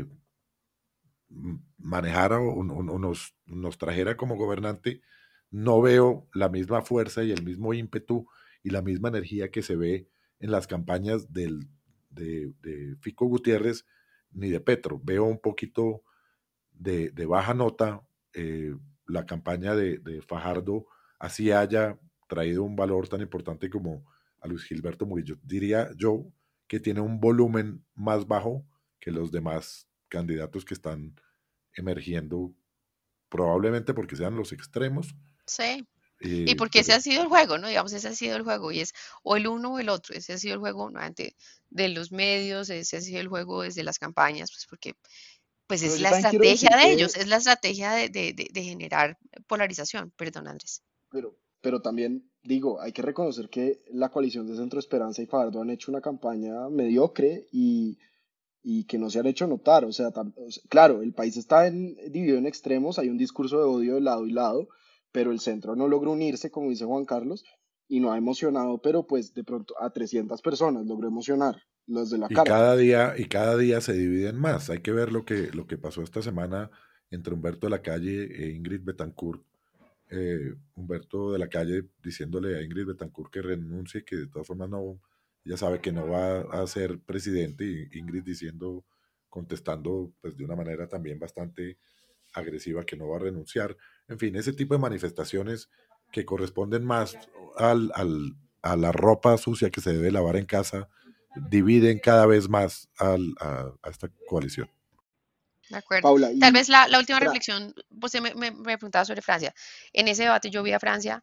manejara o, o- o nos, nos trajera como gobernante, no veo la misma fuerza y el mismo ímpetu y la misma energía que se ve en las campañas del, de, de Fico Gutiérrez ni de Petro. Veo un poquito de, de baja nota eh, la campaña de, de Fajardo, así haya traído un valor tan importante como a Luis Gilberto Murillo. Diría yo que tiene un volumen más bajo que los demás candidatos que están emergiendo, probablemente porque sean los extremos, Sí, y eh, porque ese pero, ha sido el juego, ¿no? Digamos, ese ha sido el juego y es o el uno o el otro, ese ha sido el juego nuevamente de los medios, ese ha sido el juego desde las campañas, pues porque pues Pero es yo la también quiero estrategia decir de ellos, que, es la estrategia de, de, de- de generar polarización, perdón Andrés. pero, pero también digo, hay que reconocer que la coalición de Centro Esperanza y Fajardo han hecho una campaña mediocre y, y que no se han hecho notar. O sea, tam- o sea, claro, el país está en- dividido en extremos, hay un discurso de odio de lado y lado, pero el centro no logró unirse, como dice Juan Carlos, y no ha emocionado, pero pues de pronto a trescientas personas logró emocionar, los de la Y carta. cada día, y cada día se dividen más. Hay que ver lo que, lo que pasó esta semana entre Humberto de la Calle e Ingrid Betancourt. Eh, Humberto de la Calle diciéndole a Ingrid Betancourt que renuncie, que de todas formas no, ella sabe que no va a ser presidente, y Ingrid diciendo, contestando pues de una manera también bastante agresiva, que no va a renunciar. En fin, ese tipo de manifestaciones que corresponden más al, al, a la ropa sucia que se debe lavar en casa, dividen cada vez más al, a, a esta coalición. De acuerdo. Paula, Tal y vez la, la última Fra- reflexión, usted me, me, me preguntaba sobre Francia. En ese debate yo vi a Francia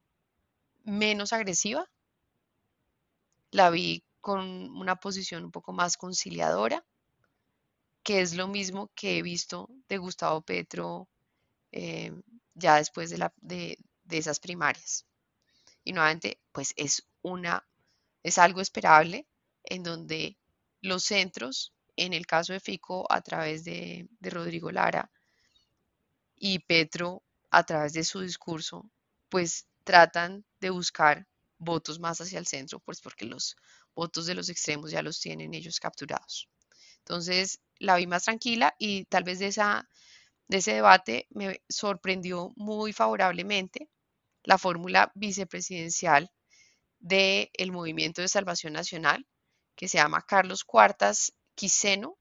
menos agresiva, la vi con una posición un poco más conciliadora, que es lo mismo que he visto de Gustavo Petro eh, ya después de, la, de, de esas primarias. Y nuevamente, pues es una, es algo esperable en donde los centros, en el caso de Fico, a través de, de Rodrigo Lara, y Petro, a través de su discurso, pues tratan de buscar votos más hacia el centro, pues porque los votos de los extremos ya los tienen ellos capturados. Entonces, la vi más tranquila y tal vez de, esa, de ese debate me sorprendió muy favorablemente la fórmula vicepresidencial del Movimiento de Salvación Nacional, que se llama Carlos Cuartas Quiseno.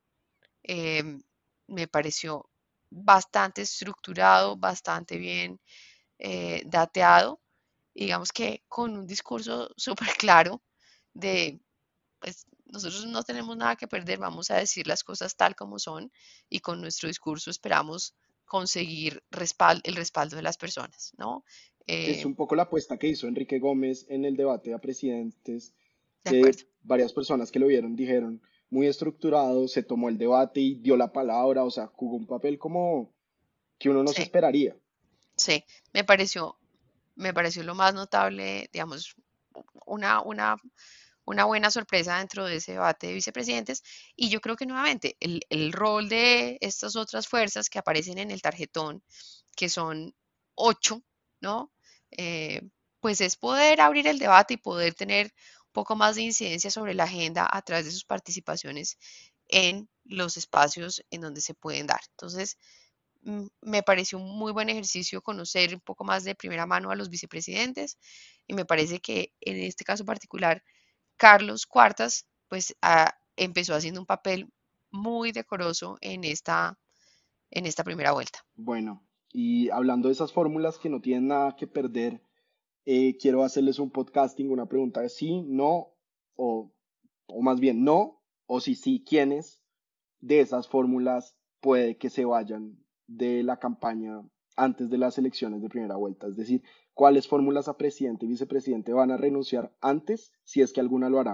Eh, Me pareció bastante estructurado, bastante bien eh, dateado, digamos que con un discurso súper claro de, pues nosotros no tenemos nada que perder, vamos a decir las cosas tal como son y con nuestro discurso esperamos conseguir respal el respaldo de las personas, ¿no? es Eh, un poco la apuesta que hizo Enrique Gómez en el debate a presidentes, de que acuerdo, varias personas que lo vieron dijeron muy estructurado, se tomó el debate y dio la palabra, o sea, jugó un papel como que uno no se sí, esperaría. sí, me pareció, me pareció lo más notable, digamos, una, una una buena sorpresa dentro de ese debate de vicepresidentes. Y yo creo que nuevamente el, el rol de estas otras fuerzas que aparecen en el tarjetón, que son ocho, ¿no? Eh, pues es poder abrir el debate y poder tener un poco más de incidencia sobre la agenda a través de sus participaciones en los espacios en donde se pueden dar. Entonces, mm, me pareció un muy buen ejercicio conocer un poco más de primera mano a los vicepresidentes y me parece que en este caso particular Carlos Cuartas, pues ah, empezó haciendo un papel muy decoroso en esta, en esta primera vuelta. Bueno, y hablando de esas fórmulas que no tienen nada que perder, eh, quiero hacerles un podcasting, una pregunta de sí, no, o, o más bien no, o si sí, ¿quiénes de esas fórmulas puede que se vayan de la campaña antes de las elecciones de primera vuelta? Es decir, ¿cuáles fórmulas a presidente y vicepresidente van a renunciar antes, si es que alguna lo hará?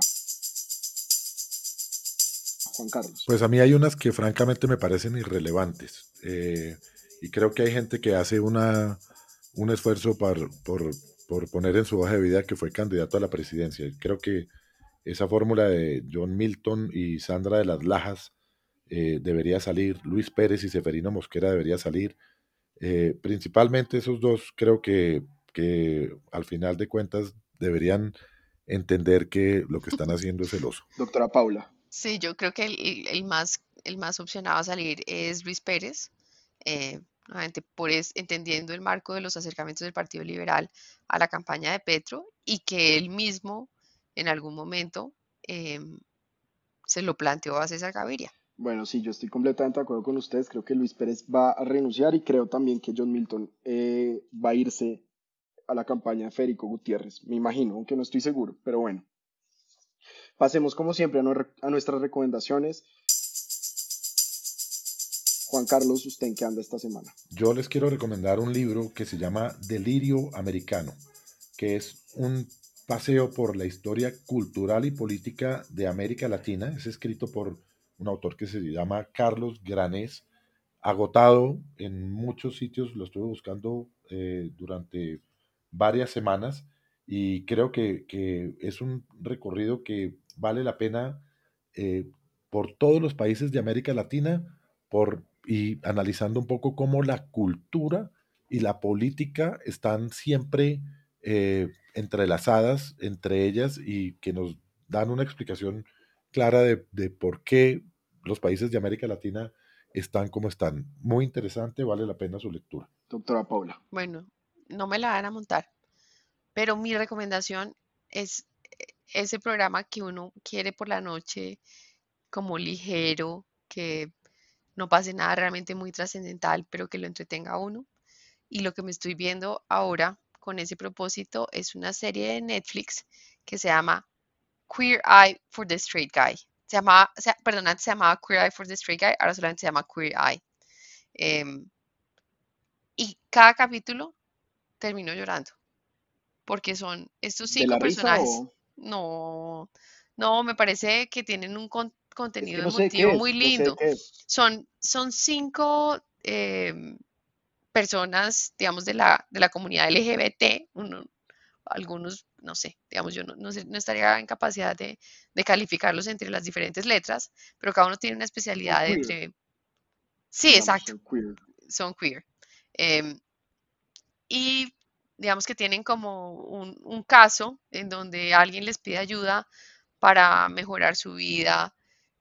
Juan Carlos. Pues a mí hay unas que francamente me parecen irrelevantes. Eh, y creo que hay gente que hace una, un esfuerzo por, por, por poner en su hoja de vida que fue candidato a la presidencia. Y creo que esa fórmula de John Milton y Sandra de las Lajas eh, debería salir. Luis Pérez y Seferino Mosquera debería salir. Eh, principalmente esos dos creo que, que al final de cuentas deberían entender que lo que están haciendo es celoso. Doctora Paula. Sí, yo creo que el, el más, el más opcionado a salir es Luis Pérez, eh, nuevamente por es, entendiendo el marco de los acercamientos del Partido Liberal a la campaña de Petro y que él mismo en algún momento eh, se lo planteó a César Gaviria. Bueno, sí, yo estoy completamente de acuerdo con ustedes. Creo que Luis Pérez va a renunciar y creo también que John Milton eh, va a irse a la campaña de Federico Gutiérrez. Me imagino, aunque no estoy seguro, pero bueno. Pasemos como siempre a, no- a nuestras recomendaciones. Juan Carlos, ¿usted en qué anda esta semana? Yo les quiero recomendar un libro que se llama Delirio Americano, que es un paseo por la historia cultural y política de América Latina. Es escrito por un autor que se llama Carlos Granés, agotado en muchos sitios, lo estuve buscando eh, durante varias semanas y creo que, que, es un recorrido que vale la pena eh, por todos los países de América Latina por, y analizando un poco cómo la cultura y la política están siempre eh, entrelazadas entre ellas y que nos dan una explicación clara de, de por qué los países de América Latina están como están. Muy interesante, vale la pena su lectura. Doctora Paula. Bueno, no me la van a montar, pero mi recomendación es ese programa que uno quiere por la noche, como ligero, que no pase nada realmente muy trascendental, pero que lo entretenga a uno. Y lo que me estoy viendo ahora con ese propósito es una serie de Netflix que se llama Queer Eye for the Straight Guy. Se llama, se, perdón, antes se llamaba Queer Eye for the Straight Guy, ahora solamente se llama Queer Eye. Em, y cada capítulo termino llorando, porque son estos ¿De la cinco risa personajes. o...? No, no, me parece que tienen un con- Es que contenido no sé de qué emotivo muy es, no sé de lindo. qué es. Son, son cinco em, personas, digamos, de la, de la comunidad L G B T, uno, algunos, no sé, digamos, yo no, no, sé, no estaría en capacidad de, de calificarlos entre las diferentes letras, pero cada uno tiene una Son especialidad queer, entre... Sí, digamos, exacto, son queer. son queer. Em, y digamos que tienen como un, un caso en donde alguien les pide ayuda para mejorar su vida,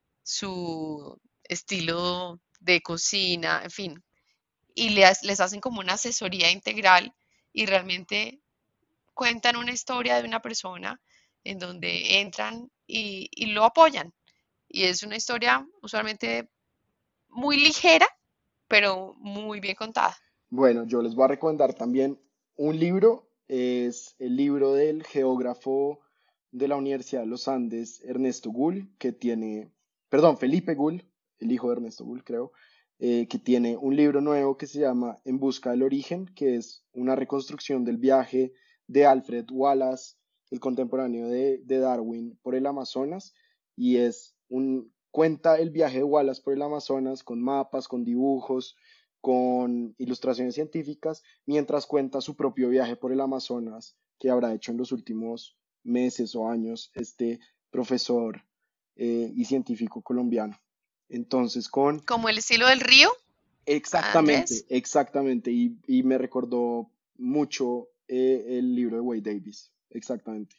su estilo de cocina, en fin, y les, les hacen como una asesoría integral y realmente cuentan una historia de una persona en donde entran y, y lo apoyan. Y es una historia usualmente muy ligera, pero muy bien contada. Bueno, yo les voy a recomendar también un libro. Es el libro del geógrafo de la Universidad de los Andes, Ernesto Gull, que tiene, perdón, Felipe Gull, el hijo de Ernesto Gull, creo, eh, que tiene un libro nuevo que se llama En busca del origen, que es una reconstrucción del viaje de Alfred Wallace, el contemporáneo de, de Darwin, por el Amazonas, y es un, cuenta el viaje de Wallace por el Amazonas con mapas, con dibujos, con ilustraciones científicas, mientras cuenta su propio viaje por el Amazonas que habrá hecho en los últimos meses o años este profesor eh, y científico colombiano. Entonces, con... Como el estilo del río, Exactamente, Andrés. exactamente, y, y me recordó mucho eh, el libro de Wade Davis, exactamente.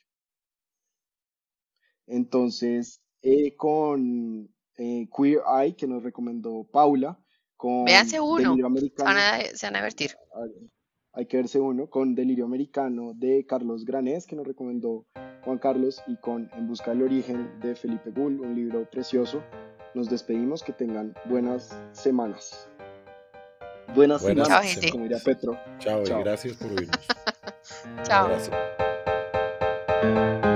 Entonces, eh, con eh, Queer Eye, que nos recomendó Paula, Véanse con uno, Delirio se van Americano, a, se van a divertir. hay que verse uno, con Delirio Americano de Carlos Granés, que nos recomendó Juan Carlos, y con En busca del origen de Felipe Gull, un libro precioso. Nos despedimos, que tengan buenas semanas. Buenas Buenas Chao, semanas, gente. como diría semanas. Petro. Chao y Chao. gracias por oírnos. Un Chao. abrazo.